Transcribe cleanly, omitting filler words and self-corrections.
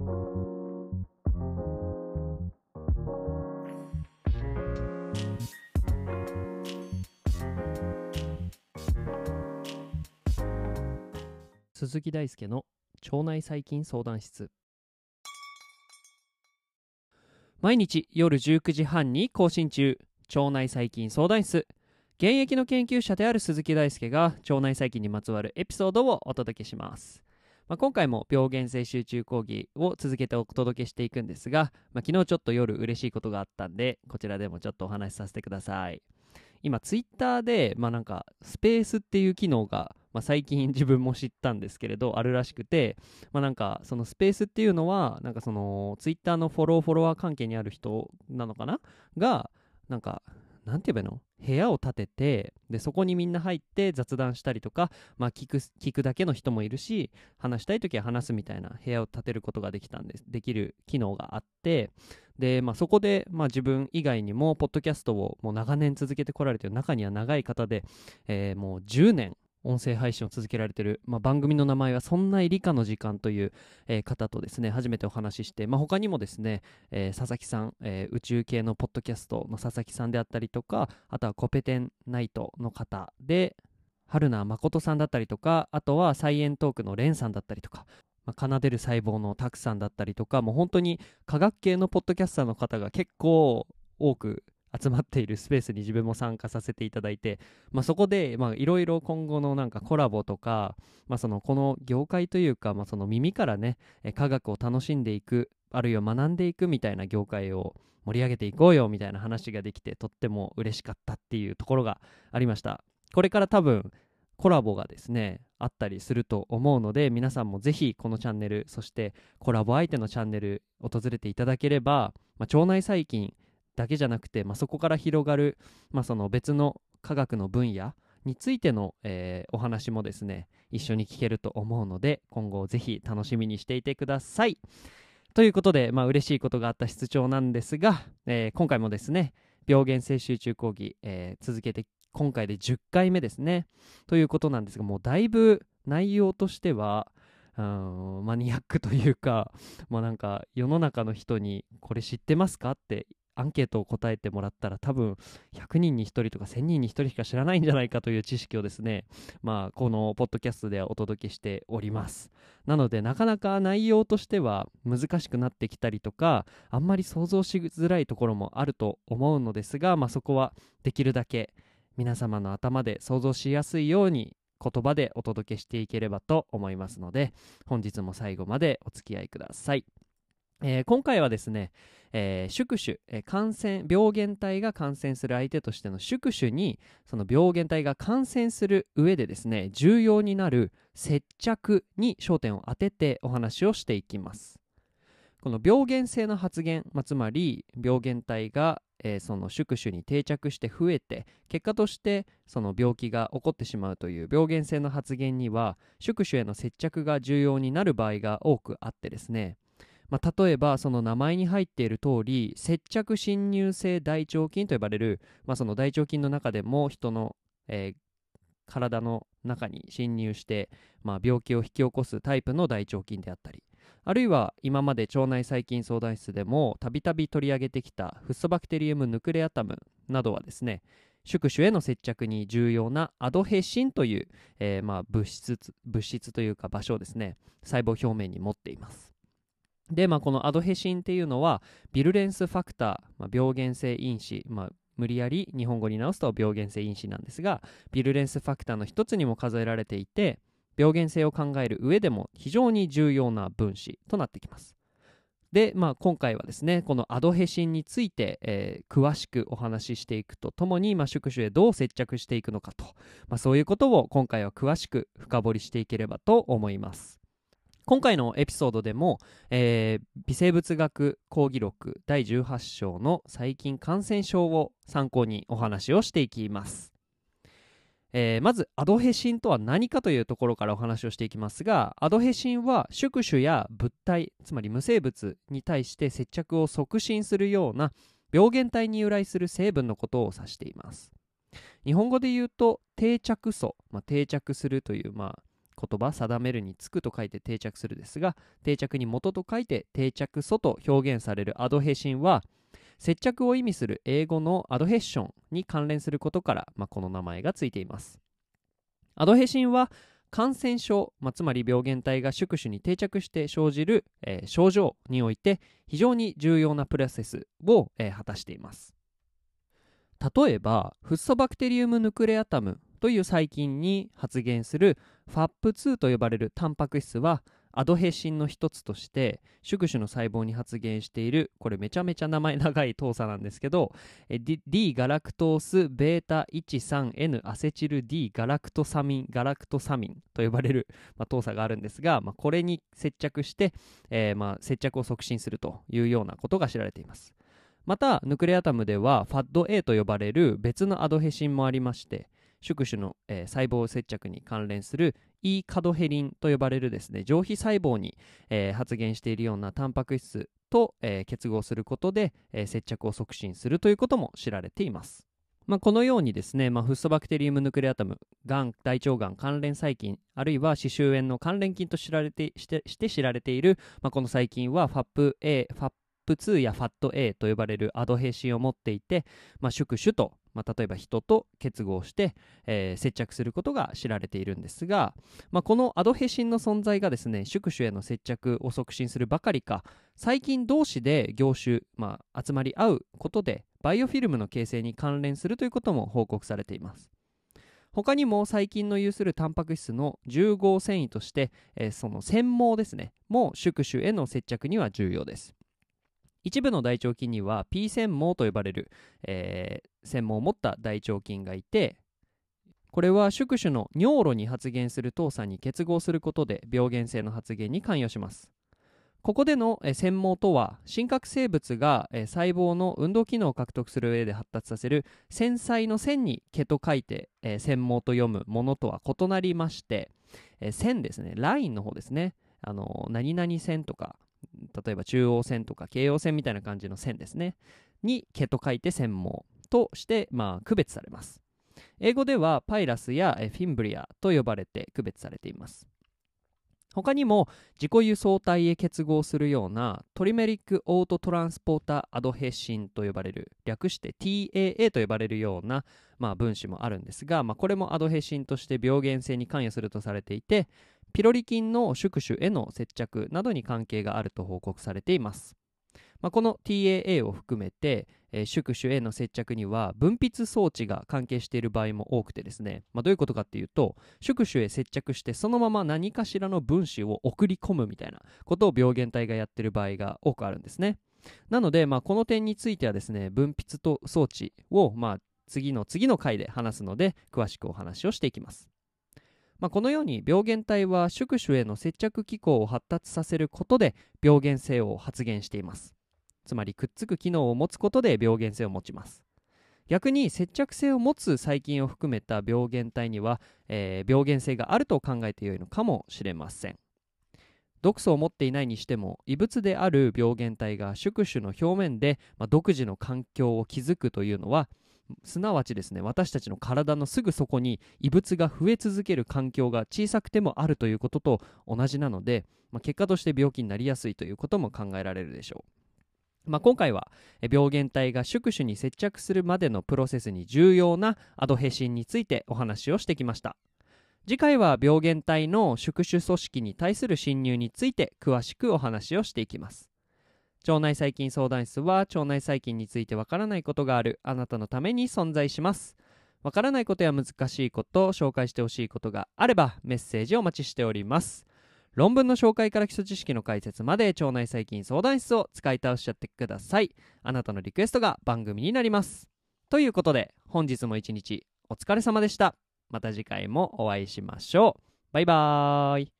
鈴木大輔の腸内細菌相談室。毎日夜19時半に更新中、腸内細菌相談室。現役の研究者である鈴木大輔が腸内細菌にまつわるエピソードをお届けします。今回も病原性集中講義を続けてお届けしていくんですが、昨日ちょっと夜嬉しいことがあったんで、こちらでもちょっとお話しさせてください。今ツイッターで、スペースっていう機能が、最近自分も知ったんですけれどあるらしくて、そのスペースっていうのはそのツイッターのフォロワー関係にある人なのかながなんて言えばいいの、部屋を建てて、でそこにみんな入って雑談したりとか、聞くだけの人もいるし、話したいときは話すみたいな部屋を建てることができる機能があって、で、そこで、自分以外にもポッドキャストをもう長年続けてこられている、中には長い方で、もう10年音声配信を続けられている、番組の名前はそんな理科の時間という、方とですね初めてお話しして、他にもですね、佐々木さん、宇宙系のポッドキャストの佐々木さんであったりとか、あとはコペテンナイトの方で春名誠さんだったりとか、あとはサイエントークのレンさんだったりとか、奏でる細胞のたくさんだったりとか、もう本当に科学系のポッドキャスターの方が結構多く集まっているスペースに自分も参加させていただいて、そこでいろいろ今後のコラボとか、この業界というか、その耳からね科学を楽しんでいく、あるいは学んでいくみたいな業界を盛り上げていこうよみたいな話ができて、とっても嬉しかったっていうところがありました。これから多分コラボがですねあったりすると思うので、皆さんもぜひこのチャンネル、そしてコラボ相手のチャンネル訪れていただければ、腸内細菌だけじゃなくて、そこから広がる、その別の科学の分野についての、お話もですね一緒に聞けると思うので、今後ぜひ楽しみにしていてください。ということで、嬉しいことがあった室長なんですが、今回もですね病原性集中講義、続けて今回で10回目ですねということなんですが、もうだいぶ内容としてはマニアックというか、世の中の人にこれ知ってますかってアンケートを答えてもらったら、多分100人に1人とか1000人に1人しか知らないんじゃないかという知識をですね、このポッドキャストではお届けしております。なのでなかなか内容としては難しくなってきたりとか、あんまり想像しづらいところもあると思うのですが、そこはできるだけ皆様の頭で想像しやすいように言葉でお届けしていければと思いますので、本日も最後までお付き合いください。今回はですね、宿主、病原体が感染する相手としての宿主に、その病原体が感染する上でですね重要になる接着に焦点を当ててお話をしていきます。この病原性の発現、つまり病原体が、その宿主に定着して増えて、結果としてその病気が起こってしまうという病原性の発現には、宿主への接着が重要になる場合が多くあってですね、例えばその名前に入っている通り、接着侵入性大腸菌と呼ばれる、その大腸菌の中でも人の、体の中に侵入して、病気を引き起こすタイプの大腸菌であったり、あるいは今まで腸内細菌相談室でもたびたび取り上げてきたフッ素バクテリウムヌクレアタムなどはですね、宿主への接着に重要なアドヘシンという、物質というか場所をですね細胞表面に持っています。で、このアドヘシンっていうのはビルレンスファクター、病原性因子、無理やり日本語に直すと病原性因子なんですが、ビルレンスファクターの一つにも数えられていて、病原性を考える上でも非常に重要な分子となってきます。で、今回はですねこのアドヘシンについて、詳しくお話ししていくとともに、宿主へどう接着していくのかと、そういうことを今回は詳しく深掘りしていければと思います。今回のエピソードでも、微生物学講義録第18章の細菌感染症を参考にお話をしていきます。まずアドヘシンとは何かというところからお話をしていきますが、アドヘシンは宿主や物体、つまり無生物に対して接着を促進するような病原体に由来する成分のことを指しています。日本語で言うと定着素、定着するという言葉、定めるにつくと書いて定着するですが、定着に元と書いて定着素と表現されるアドヘシンは、接着を意味する英語のアドヘッションに関連することから、この名前がついています。アドヘシンは感染症、つまり病原体が宿主に定着して生じる、症状において非常に重要なプロセスを、果たしています。例えばフッ素バクテリウムヌクレアタムという細菌に発現する FAP2 と呼ばれるタンパク質はアドヘシンの一つとして宿主の細胞に発現している、これめちゃめちゃ名前長い糖鎖なんですけど、 D ガラクトースベータ 13N アセチル D ガラクトサミンと呼ばれる、糖鎖があるんですが、これに接着して、接着を促進するというようなことが知られています。またヌクレアタムでは FAD-A と呼ばれる別のアドヘシンもありまして、宿主の、細胞接着に関連する E カドヘリンと呼ばれるですね、上皮細胞に、発現しているようなタンパク質と、結合することで、接着を促進するということも知られています。このようにですね、フッ素バクテリウムヌクレアタム、がん、大腸がん関連細菌、あるいは歯周炎の関連菌として知られている、この細菌は FAP2 や FAT-A と呼ばれるアドヘシンを持っていて、宿主と、例えば人と結合して、接着することが知られているんですが、このアドヘシンの存在がですね、宿主への接着を促進するばかりか、細菌同士で凝集、集まり合うことでバイオフィルムの形成に関連するということも報告されています。他にも細菌の有するタンパク質の重合繊維として、その繊毛ですねも宿主への接着には重要です。一部の大腸菌には P 繊毛と呼ばれる、繊毛を持った大腸菌がいて、これは宿主の尿路に発現する糖鎖に結合することで病原性の発現に関与します。ここでの繊毛とは真核生物が細胞の運動機能を獲得する上で発達させる繊細の線に毛と書いて繊毛と読むものとは異なりまして、線ですね、ラインの方ですね、何々線とか、例えば中央線とか京葉線みたいな感じの線ですねに毛と書いて繊毛として、区別されます。英語ではパイラスやフィンブリアと呼ばれて区別されています。他にも自己輸送体へ結合するようなトリメリックオートトランスポーターアドヘシンと呼ばれる、略して TAA と呼ばれるような、分子もあるんですが、これもアドヘシンとして病原性に関与するとされていて、ピロリ菌の宿主への接着などに関係があると報告されています。この TAA を含めて、宿主への接着には分泌装置が関係している場合も多くてですね、どういうことかっていうと、宿主へ接着してそのまま何かしらの分子を送り込むみたいなことを病原体がやっている場合が多くあるんですね。なので、この点についてはですね、分泌と装置を、次の回で話すので詳しくお話をしていきます。このように病原体は宿主への接着機構を発達させることで病原性を発現しています。つまりくっつく機能を持つことで病原性を持ちます。逆に接着性を持つ細菌を含めた病原体には、病原性があると考えてよいのかもしれません。毒素を持っていないにしても異物である病原体が宿主の表面で、独自の環境を築くというのは、すなわちですね、私たちの体のすぐそこに異物が増え続ける環境が小さくてもあるということと同じなので、結果として病気になりやすいということも考えられるでしょう。今回は病原体が宿主に接着するまでのプロセスに重要なアドヘシンについてお話をしてきました。次回は病原体の宿主組織に対する侵入について詳しくお話をしていきます。腸内細菌相談室は腸内細菌についてわからないことがあるあなたのために存在します。わからないことや難しいこと、紹介してほしいことがあればメッセージをお待ちしております。論文の紹介から基礎知識の解説まで腸内細菌相談室を使い倒しちゃってください。あなたのリクエストが番組になります。ということで本日も一日お疲れ様でした。また次回もお会いしましょう。バイバーイ。